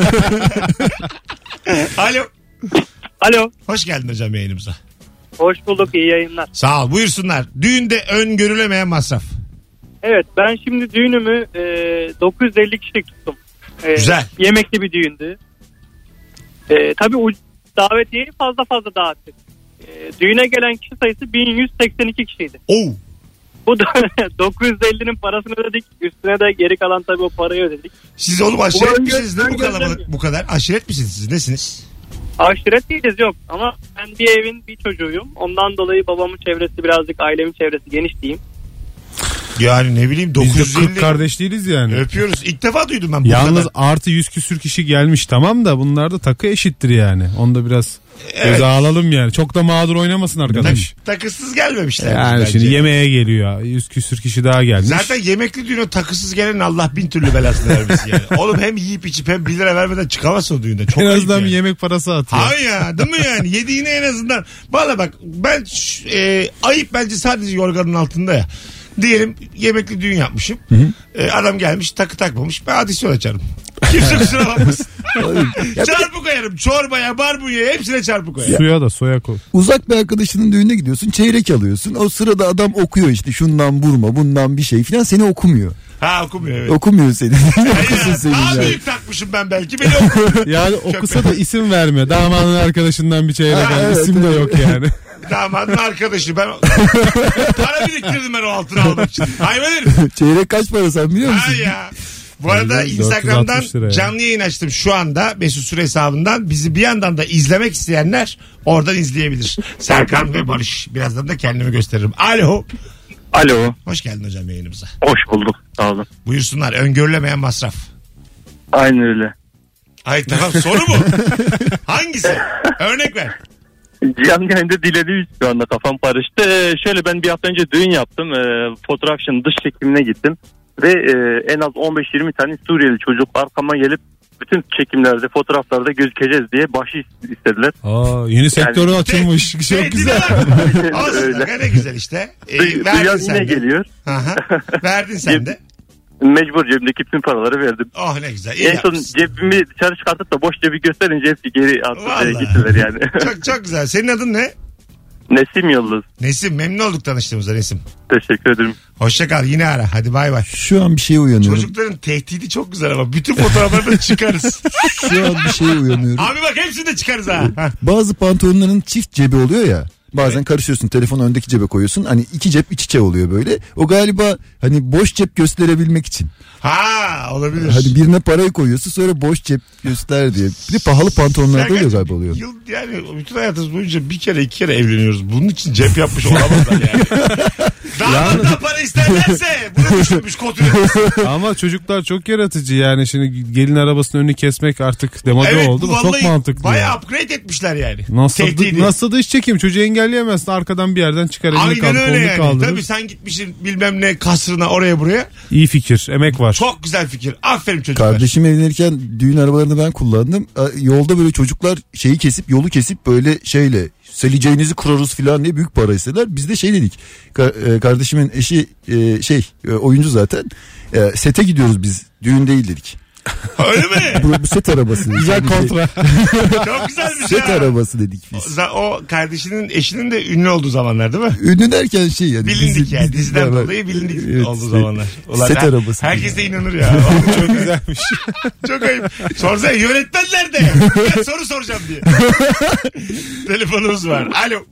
Alo. Alo. Hoş geldin hocam yayınımıza. Hoş bulduk, iyi yayınlar. Sağ ol, buyursunlar. Düğünde öngörülemeyen masraf. Evet, ben şimdi düğünümü e, dokuz yüz elli kişilik tuttum. E, Güzel. Yemekli bir düğündü. E, tabii davetiyeyi fazla fazla dağıttık. E, düğüne gelen kişi sayısı bin yüz seksen iki kişiydi. Oo. Bu da dokuz yüz ellinin parasını ödedik. Üstüne de geri kalan tabii o parayı ödedik. Siz oğlum aşiret misiniz? Ne bu kalabalık bu kadar? Aşiret misiniz siz? Nesiniz? Aşiret değiliz, yok. Ama ben bir evin bir çocuğuyum. Ondan dolayı babamın çevresi birazcık, ailemin çevresi geniş diyeyim. Yani ne bileyim dokuz yüz elli. Biz de kırk kardeş değiliz yani. Öpüyoruz. İlk defa duydum ben bu Yalnız kadar. artı yüz küsür kişi gelmiş tamam da bunlar da takı eşittir yani. Onda biraz evet. Göze alalım yani. Çok da mağdur oynamasın arkadaş. Tak, takısız gelmemişler. Yani bence. şimdi yemeğe geliyor. Yüz küsür kişi daha gelmiş. Zaten yemekli düğüne takısız gelen Allah bin türlü belasını vermesin yani. Oğlum hem yiyip içip hem bir lira vermeden çıkamazsın o düğünde. Çok en azından yani. bir yemek parası atıyor. Hayır ya, değil mi yani? Yediğine en azından. Valla bak ben e, ayıp bence sadece yorganın altında ya. Diyelim yemekli düğün yapmışım. Hı hı. E, adam gelmiş takı takmamış. Ben adisyon açarım. Kimse kusura bakmasın. Çarpı koyarım. Çorbaya, barbunyaya hepsine çarpı koyarım. Suya da soya koy. Uzak bir arkadaşının düğününe gidiyorsun, çeyrek alıyorsun. O sırada adam okuyor işte, şundan vurma, bundan bir şey filan, seni okumuyor. Ha okumuyor evet. Okumuyor seni. Okusun seni. Daha yani. Büyük takmışım ben belki, beni okumuyor. Yani okusa da isim vermiyor. Damadın arkadaşından bir çeyrek Ha, al. evet, İsim de evet. yok yani. Damadın arkadaşı. Ben para biriktirdim ben o altını almak için. Hayvan herif. Çeyrek kaç para sen biliyor musun? Ha ya. Bu arada dört yüz Instagram'dan altmış lira canlı yayın açtım şu anda Mesut Süre hesabından. Bizi bir yandan da izlemek isteyenler oradan izleyebilir. Serkan ve Barış. Birazdan da kendimi gösteririm. Alo. Alo. Hoş geldin hocam yayınımıza. Hoş bulduk. Sağ olun. Buyursunlar. Öngörülemeyen masraf. Aynen öyle. Ay tamam, soru mu? Hangisi? Örnek ver. Canlı yayında dilediği şu anda kafam karıştı. Ee, şöyle ben bir hafta önce düğün yaptım. Ee, fotoğraf için dış çekimine gittim. Ve e, en az on beş yirmi tane Suriyeli çocuk arkama gelip bütün çekimlerde, fotoğraflarda gözükeceğiz diye bahşiş istediler. Aa, yeni sektörü Yani- açılmış. Çok Şey, güzel. Olsun Öyle. ne güzel işte. Ee, Duy- verdin Duyan sen yine de. geliyor. Aha, verdin sen de. Mecbur cebimdeki bütün paraları verdim. Oh ne güzel. İyi En son yapmışsın. cebimi dışarı çıkartıp da boş cebi gösterince hepsi geri atıp Vallahi. gittiler yani. Çok çok güzel. Senin adın ne? Nesim Yıldız. Nesim, memnun olduk tanıştığımıza Nesim. Teşekkür ederim. Hoşça kal, yine ara. Hadi bay bay. Şu an bir şeye uyanıyorum. Çocukların tehdidi çok güzel ama bütün fotoğraflarını çıkarız. Şu an bir şeye uyanıyorum. Abi bak hepsini de çıkarız ha. Hah. Bazı pantolonların çift cebi oluyor ya. Bazen karışıyorsun, telefonu öndeki cebe koyuyorsun. Hani iki cep iç içe oluyor böyle. O galiba hani boş cep gösterebilmek için. Ha olabilir. Hani birine parayı koyuyorsun, sonra boş cep göster diye. Bir de pahalı pantolonlarda oluyor galiba oluyor. Yıl, yani bütün hayatımız boyunca bir kere iki kere evleniyoruz. Bunun için cep yapmış olamazlar yani. Damattan para isterlerse bunu düşünmüş kotunu. Ama çocuklar çok yaratıcı yani, şimdi gelin arabasının önünü kesmek artık demode Evet, oldu. bu Bu çok vallahi mantıklı. bayağı yani. upgrade etmişler yani. Nasıl, Tehdidi. nasıl da iş çekeyim, çocuğu engelleyemezsin, arkadan bir yerden çıkar elini Aynen kaldır, öyle kolunu yani. kaldırır. Tabii sen gitmişsin bilmem ne kasrına oraya buraya. İyi fikir, emek var. Çok güzel fikir. Aferin çocuklar. Kardeşim evlenirken düğün arabalarını ben kullandım. Yolda böyle çocuklar şeyi kesip, yolu kesip böyle şeyle seleceğinizi kurarız falan diye büyük para istediler. Biz de şey dedik. Kardeşimin eşi şey oyuncu zaten. Sete gidiyoruz biz. Düğün değil dedik. Öyle mi? Bu, bu set arabası. Güzel kontra. Çok güzelmiş Set ya. arabası dedik biz. O, o kardeşinin eşinin de ünlü olduğu zamanlar değil mi? Ünlü derken şey yani. Bilindik dizi- yani diziden dizi- dolayı bilindik Evet, olduğu set- zamanlar. Ulan set her- arabası. Herkes de inanır ya. Çok güzelmiş. Çok ayıp. Sorsana yönetmen nerede? Ben soru soracağım diye. Telefonumuz var. Alo.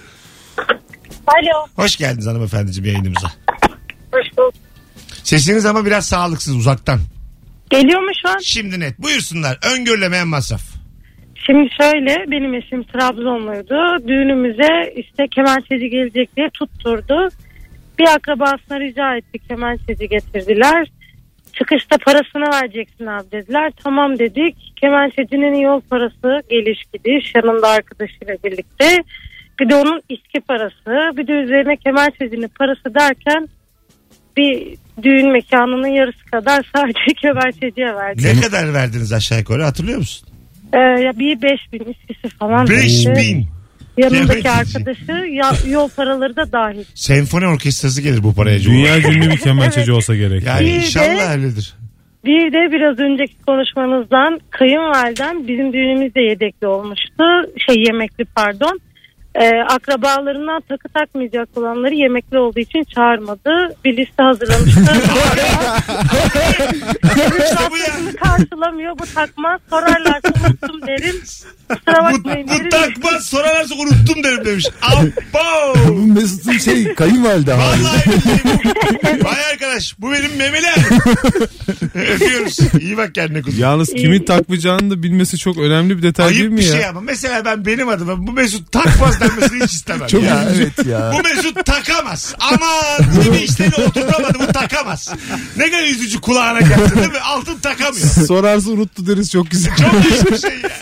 Alo. Hoş geldiniz hanımefendiciğim yayınımıza. Hoş bulduk. Sesiniz ama biraz sağlıksız uzaktan. Geliyor mu şu an? Şimdi net. Buyursunlar. Öngörülemeyen masraf. Şimdi şöyle, benim eşim Trabzonluydu. Düğünümüze işte kemençeci gelecek diye tutturdu. Bir akrabasına rica ettik, kemençeci getirdiler. Çıkışta parasını vereceksin abi dediler. Tamam dedik. Kemençecinin yol parası, geliş gidiş, yanında arkadaşıyla birlikte. Bir de onun içki parası, bir de üzerine kemençecinin parası derken bir düğün mekanının yarısı kadar sadece kemençeciye verdik. Ne kadar verdiniz aşağı yukarı hatırlıyor musun? Ee, ya bir beş bin içkisi falan. Beş işte. bin. Yanındaki Kemençeci. arkadaşı ya, yol paraları da dahil. Senfoni orkestrası gelir bu paraya. Dünya ünlü bir kemençeci olsa gerek. Yani Bir de- inşallah öyledir. Bir de biraz önceki konuşmanızdan kayınvalidem bizim düğünümüzde yedekli olmuştu. Şey yemekli pardon. Ee, akrabalarından takı takmayacak olanları yemekli olduğu için çağırmadı. Bir liste hazırlamıştı. Raflarını karşılamıyor. Bu takmaz. Sorarlarsa unuttum derim. Kusura Bu, bakmayın bu derim. takmaz sorarlarsa unuttum derim demiş. Abo. Bu Mesut'un şey kayınvalide hali. Vallahi billahi bu. Vay arkadaş bu benim memeli abi. Öpüyoruz. İyi bak kendine kuzum. Yalnız kimin takmayacağını da bilmesi çok önemli bir detay değil Ayıp mi bir ya? şey ama mesela ben benim adıma bu Mesut takmaz denmesini hiç istemem. Çok ya. evet ya. Bu Mesut takamaz. Aman bunu bir işleri oturtamadı bu takamaz. Ne kadar üzücü kulağına geldi değil mi? Altın takamıyor. Sorarsa unuttu deriz, çok güzel. Çok ayıp bir şey ya.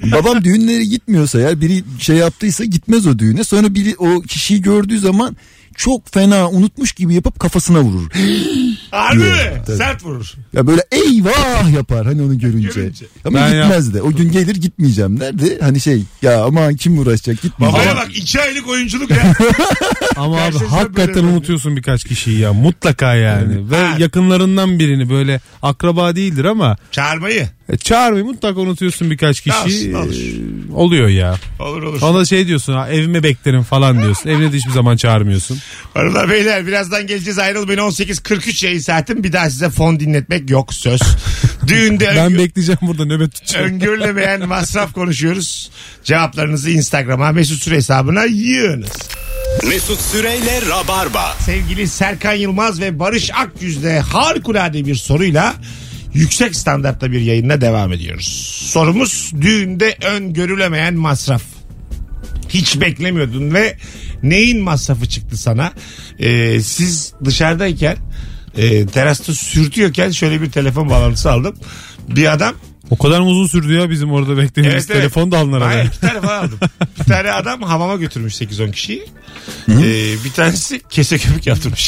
Babam düğünlere gitmiyorsa eğer, biri şey yaptıysa gitmez o düğüne. Sonra biri o kişiyi gördüğü zaman çok fena unutmuş gibi yapıp kafasına vurur. Harbi mi? Tabii. Sert vurur. Ya böyle eyvah yapar hani onu görünce. Görünce. Ama Ben gitmez ya- de. O gün gelir gitmeyeceğim derdi. Hani şey ya aman kim uğraşacak gitmeyeceğim. Babaya bak iki aylık oyunculuk ya. Ama abi Gerçekten hakikaten böyle unutuyorsun birkaç kişiyi ya mutlaka yani. Ve Ha. yakınlarından birini böyle akraba değildir ama Çağırmayı. e, çağırmayı mutlaka unutuyorsun birkaç kişi. Olsun, olur. E, oluyor ya. Olur olur. Ona şey diyorsun ha, evime beklerim falan diyorsun. Evine de hiçbir zaman çağırmıyorsun. Hanımlar beyler birazdan geleceğiz, ayrılmayın. on sekiz kırk üç yayın saatim, bir daha size fon dinletmek yok söz. Düğünde Ben öngö- bekleyeceğim burada nöbet tutacağım. öngörülemeyen masraf konuşuyoruz. Cevaplarınızı Instagram'a Mesut Süre hesabına yığınız. Mesut Süreyle Rabarba. Sevgili Serkan Yılmaz ve Barış Akyüz'le harikulade bir soruyla yüksek standartta bir yayınla devam ediyoruz. Sorumuz düğünde öngörülemeyen masraf. Hiç beklemiyordun ve neyin masrafı çıktı sana? Ee, siz dışarıdayken e, terasta sürtüyorken şöyle bir telefon bağlantısı aldım. Bir adam O kadar mı uzun sürdü ya bizim orada beklediğimiz Evet, evet. telefon da alınır Hayır, araya. iki tane falan aldım. Bir tane adam hamama götürmüş sekiz on kişiyi. Ee, bir tanesi kese köpük yaptırmış.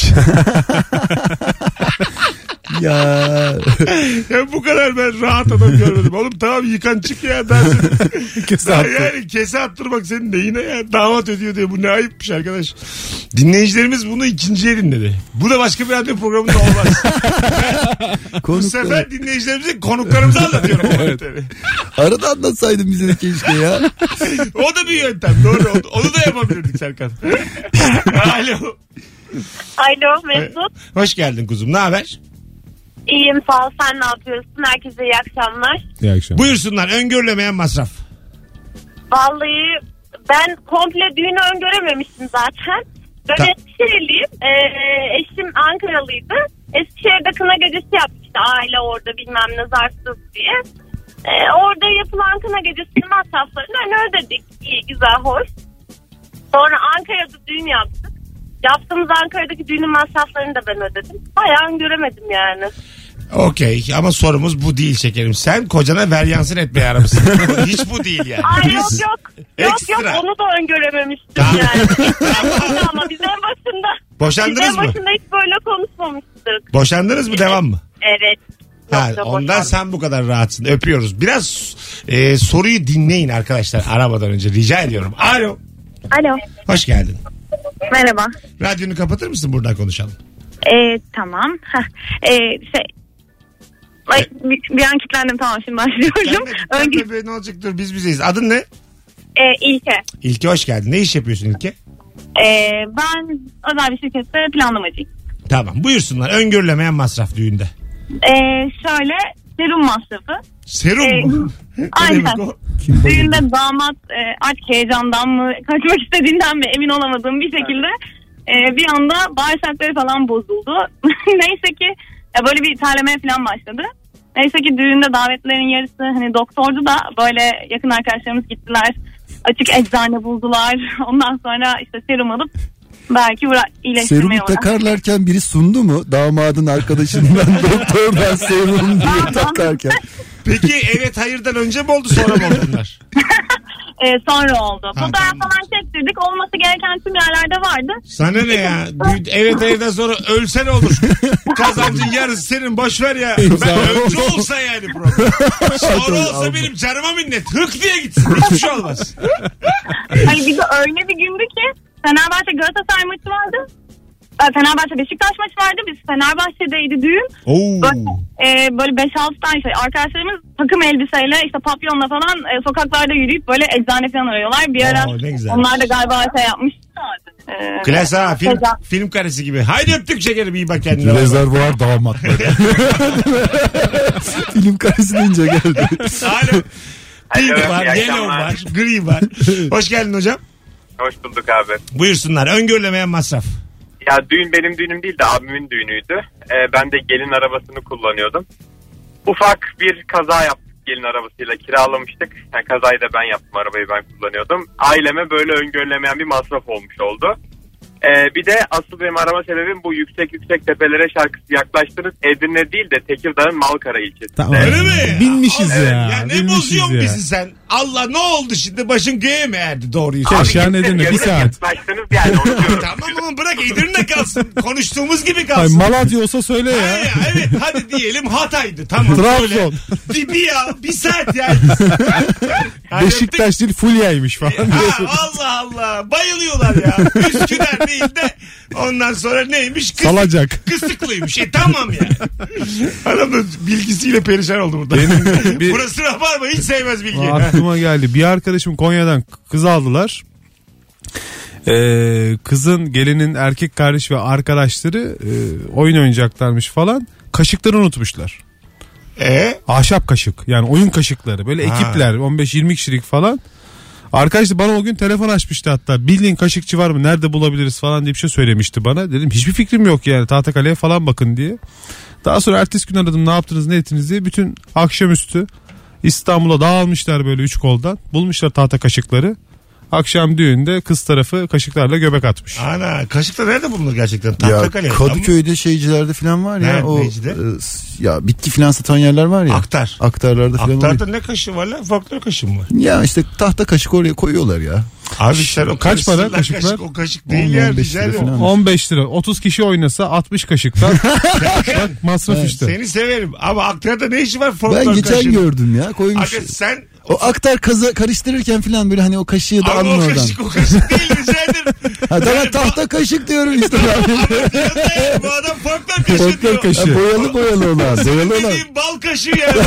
Ya. Ya bu kadar ben rahat adam görmedim. Oğlum tamam yıkan çık ya dersin. Kese Ya attı. yani kese attırmak senin neyine ya? Damat ödüyor diye bu ne ayıpmış arkadaş. Dinleyicilerimiz bunu ikinciye dinledi. Bu da başka bir radyo programında olmaz. Bu Konuklar. sefer dinleyicilerimize konuklarımıza anlatıyorum. Evet. Arada anlatsaydın bize de keşke ya. O da bir yöntem. Doğru. Onu- Onu da yapabilirdik Serkan. Alo. Alo Mesut. Hoş geldin kuzum. Ne haber? İyiyim sağ ol, sen ne yapıyorsun? Herkese iyi akşamlar. İyi akşamlar. Buyursunlar. Öngörülemeyen masraf. Vallahi ben komple düğünü öngörememiştim zaten. Ben Ta- Eskişehirliyim. Ee, eşim Ankaralıydı. Eskişehir'de kına gecesi yapmıştı. Aile orada bilmem ne zarsız diye. Ee, orada yapılan kına gecesinin masraflarını hani ödedik. İyi, güzel, hoş. Sonra Ankara'da düğün yaptık. Yaptığımız Ankara'daki düğünün masraflarını da ben ödedim. Bayağı öngöremedim yani. Okey ama sorumuz bu değil şekerim. Sen kocana veryansın etmeye aramışsın. Hiç bu değil yani. Ay yok Biz- yok. Yok Ekstra. yok onu da öngörememiştim Tamam. yani. Ama biz en başında. Boşandınız biz en mı? başında hiç böyle konuşmamıştık. Boşandınız mı, devam mı? Evet. Ha, Yok, yok, ondan boşandım. sen bu kadar rahatsın. Öpüyoruz. Biraz e, soruyu dinleyin arkadaşlar aramadan önce. Rica ediyorum. Alo. Alo. Hoş geldin. Merhaba. Radyonu kapatır mısın, buradan konuşalım. Ee, tamam. Heh, ee, şey. Ay, bir, bir an kilitlendim, tamam şimdi başlıyorum. Önce Tabii, ne olacak, dur biz bizeyiz. Adın ne? e, İlke. İlke hoş geldin. Ne iş yapıyorsun İlke? Ee, ben özel bir şirkette planlamacıyım. Tamam, buyursunlar. Öngörülemeyen masraf düğünde. Ee, şöyle serum masrafı. Serum Ee, mu? Ne aynen. demek o? Düğünde damat e, artık heyecandan mı kaçmak istediğinden mi emin olamadığım bir şekilde e, bir anda bağırsakları falan bozuldu. Neyse ki ya böyle bir terlemeye falan başladı. Neyse ki düğünde davetlerin yarısı hani doktordu da böyle yakın arkadaşlarımız gittiler. Açık eczane buldular. Ondan sonra işte serum alıp belki uğra- iyileştirmeye Serumu uğraştık. takarlarken biri sundu mu? Damadın arkadaşından doktordan serum diye takarken. Peki evet hayırdan önce mi oldu, sonra mı oldu bunlar? Ee, sonra oldu. Ha, Fotoğraf tamam. falan çektirdik. Olması gereken tüm yerlerde vardı. Sana ne ya? Dü- Evet hayırdan sonra ölsen olur. Kazancın yarısı senin, boş ver ya. Ben önce olsa yani problem. Sonra olsa benim canıma minnet. Hık diye gitsin. Hiçbir şey olmaz. Hani bir de öyle bir gündü ki Fenerbahçe Galatasaray maçı vardı. Ee, Fenerbahçe Beşiktaş maçı vardı. Biz Fenerbahçe'deydi düğün. Oo. Böyle, e, böyle beş altı tane şey. Arkadaşlarımız takım elbiseyle işte papyonla falan e, sokaklarda yürüyüp böyle eczane falan arıyorlar. Bir ara Oo, ne güzel. onlar da galiba şey yapmış. Ee, Klas ha, film, Sezen. film karesi gibi. Haydi öptük şekerim, iyi bak kendine. Rezervuar damat böyle. Film karesi deyince geldi. Alo. Pink Alo, var, iyi yellow akşamlar. var, gri var. Hoş geldin hocam. Hoş bulduk abi. Buyursunlar. Öngörülemeyen masraf. Ya düğün benim düğünüm değil de abimin düğünüydü. Ee, ben de gelin arabasını kullanıyordum. Ufak bir kaza yaptık gelin arabasıyla, kiralamıştık. Yani kazayı da ben yaptım, arabayı ben kullanıyordum. Aileme böyle öngörülemeyen bir masraf olmuş oldu. Ee, bir de asıl benim arama sebebim bu yüksek yüksek tepelere şarkısı yaklaştınız. Edirne değil de Tekirdağ'ın Malkara ilçesi. Tamam. Öyle mi? Binmişiz Evet. ya. Ya ne binmişiz bozuyorsun ya. bizi sen? Allah ne oldu şimdi? Başın göğe mi erdi doğruyu? Abi, Şahane Edirne, bir yakın saat. yaklaştınız yani onu diyorum. Tamam ama bırak Edirne kalsın. Konuştuğumuz gibi Ay, kalsın. Malatya olsa söyle ya. Ha ya, evet hadi diyelim Hatay'dı. Tamam. Trabzon. Söyle. Dibi ya. Bir saat yani. Yani Beşiktaş değil Fulya'ymış falan. Ha, Allah Allah. Bayılıyorlar ya. Üsküdar değil de ondan sonra neymiş? Kısık, Salacak. Kısıklıymış. E tamam yani. Adam da bilgisiyle perişan oldu burada. Benim bir- Burası Rabarba hiç sevmez bilgi. Aklıma geldi. Bir arkadaşım Konya'dan kız aldılar. Ee, kızın gelinin erkek kardeş ve arkadaşları e, oyun oynayacaklarmış falan. Kaşıkları unutmuşlar. E? Ahşap kaşık. Yani oyun kaşıkları. Böyle Ha. ekipler on beş yirmi kişilik falan. Arkadaş da bana o gün telefon açmıştı hatta. Bildiğin kaşıkçı var mı? Nerede bulabiliriz falan diye bir şey söylemişti bana. Dedim hiçbir fikrim yok yani. Tahtakale'ye falan bakın diye. Daha sonra ertesi gün aradım ne yaptınız ne ettiniz diye. Bütün akşamüstü İstanbul'a dağılmışlar böyle üç koldan. Bulmuşlar tahta kaşıkları. Akşam düğünde kız tarafı kaşıklarla göbek atmış. Ana kaşıkta nerede bulunur gerçekten? Ya Tahtakale. Kadıköy'de şeycilerde falan var ya. Nerede, o neycide? e, ya bitki falan satan yerler var ya. Aktar. Aktarlarda falan Aktarda oluyor. ne kaşığı var lan? Folklor kaşığı mı var? Ya işte tahta kaşık oraya koyuyorlar ya. Abi sen o Kaç para karıştırılan kaşıklar? Kaşık, o kaşık değil ya. on beş Rica lira ederim. falan. on beş lira. otuz kişi oynasa altmış kaşıktan. Bak masraf işte. Seni severim ama Aktar'da ne işi var folklor Ben geçen kaşığının? gördüm ya koymuş. Aga sen O aktar kazı karıştırırken falan böyle hani o kaşığı da ama alın o oradan. kaşık o kaşık değil rica ederim. Ha, ben tahta kaşık diyorum işte. Ya, bu adam folklor kaşığı Folklor diyor. kaşığı. Ha, boyalı boyalı olan. Boyalı olan. Bildiğin bal kaşığı ya.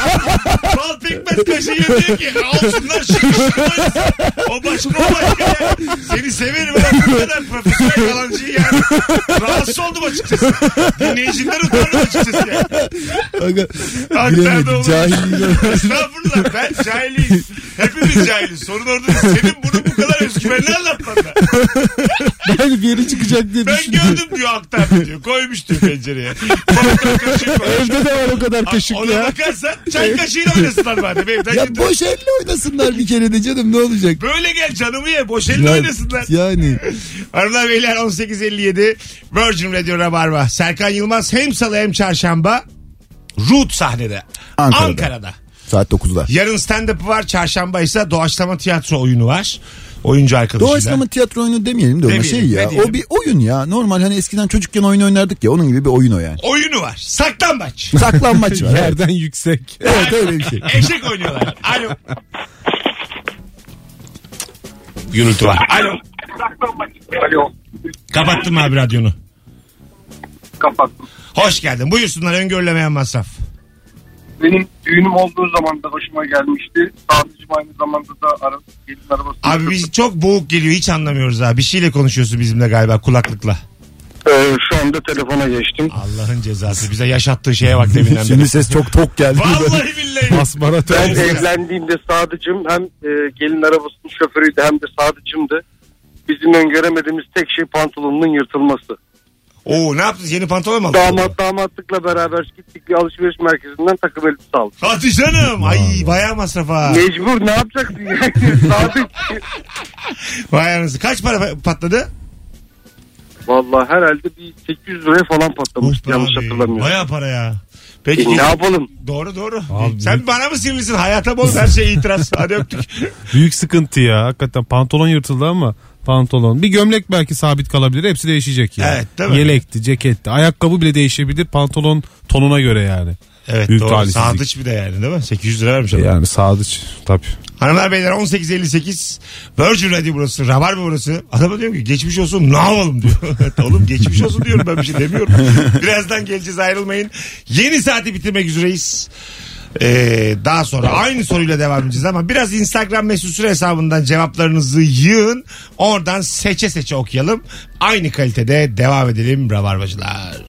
Bal pekmez kaşığı yapıyor ki. Alsınlar şık şık oynasın. O başka o başka ya. Seni severim ama bu kadar profesyonel yalancıyı yani. Rahatsız oldum açıkçası. Dinleyiciler utandım açıkçası ya. Aga, Aktar'da bilemedim olur. cahilliğine. Estağfurullah ben cahiliyiz. Hepimiz cahiliz. Sorun orada değil. Senin bunu bu kadar özgüvenli anlatmanda. Ben bir yere çıkacak diye Ben düşünüyorum. gördüm diyor aktardı diyor. Koymuş diyor pencereye. Folklor kaşığı koymuş. Evde de var o kadar kaşık Ona ya. bakarsan çay kaşığıyla oynasınlar madem. Evden Ya götür. boş elle oynasınlar bir kere de canım ne olacak? Böyle gel canımı ye. Boş elle Ya- oynasınlar. Yani. Hanımlar beyler on sekiz elli yedi Virgin Radio Rabarba. Serkan Yılmaz hem salı hem çarşamba Root sahnede. Ankara'da. Ankara'da. Saat dokuzda. Yarın stand-up var. Çarşamba ise doğaçlama tiyatro oyunu var. Oyuncu arkadaşıyla. Doğaçlama tiyatro oyunu demeyelim de ona Demeyelim, şey ya. ne diyelim? O bir oyun ya. Normal hani eskiden çocukken oyun oynardık ya. Onun gibi bir oyun o yani. Oyunu var. Saklambaç. Saklanmaç var. Yerden yüksek. Evet öyle bir şey. Eşek oynuyorlar. Alo. Gürültü var. Alo. Alo. Kapattın mı abi radyonu? Kapattım. Hoş geldin. Buyursunlar öngörülemeyen masraf. Benim düğünüm olduğu zaman da başıma gelmişti. Sadıcım aynı zamanda da ara, gelin arabası. Abi biz çok boğuk geliyor hiç anlamıyoruz ha. Bir şeyle konuşuyorsun bizimle galiba kulaklıkla. Ee, şu anda telefona geçtim. Allah'ın cezası bize yaşattığı şeye bak deminden beri. Şimdi ses çok tok geldi. Vallahi billahi. Asmara Ben tövbe. evlendiğimde Sadıcım hem e, gelin arabasının şoförüydü hem de Sadıcımdı. Bizim öngöremediğimiz tek şey pantolonunun yırtılması. Oo ne yaptınız yeni pantolon mu aldın? Damat damatlıkla beraber gittik bir alışveriş merkezinden takım elbise aldık. Hadi canım. Ay bayağı masraf ha. Mecbur ne yapacaksın yani? Sadık. Vay anasını. Kaç para patladı? Vallahi herhalde bir sekiz yüz liraya falan patlamış Of yanlış abi, hatırlamıyorum. bayağı para ya. Peki. E, ne yapalım? Doğru doğru. Abi, Sen bana mı sinirlisin? Hayata bol her şey itiraz. Hadi öptük. Büyük sıkıntı ya. Hakikaten pantolon yırtıldı ama pantolon. Bir gömlek belki sabit kalabilir. Hepsi değişecek ya. Evet, değil mi? Yelekti, ceketti. Ayakkabı bile değişebilir pantolon tonuna göre yani. Evet Büyük doğru. talihsizlik. Sadıç bir de yani değil mi? sekiz yüz lira vermiş adam. Yani sadıç tabii. Hanımlar beyler on sekiz elli sekiz Virgin Radio burası. Rabarba burası. Adama diyorum ki geçmiş olsun ne yapalım diyor. Oğlum geçmiş olsun diyorum ben bir şey demiyorum. Birazdan geleceğiz ayrılmayın. Yeni saati bitirmek üzereyiz. Ee, daha sonra aynı soruyla devam edeceğiz ama biraz Instagram mesut süre hesabından cevaplarınızı yığın. Oradan seçe seçe okuyalım. Aynı kalitede devam edelim Rabarbacılar.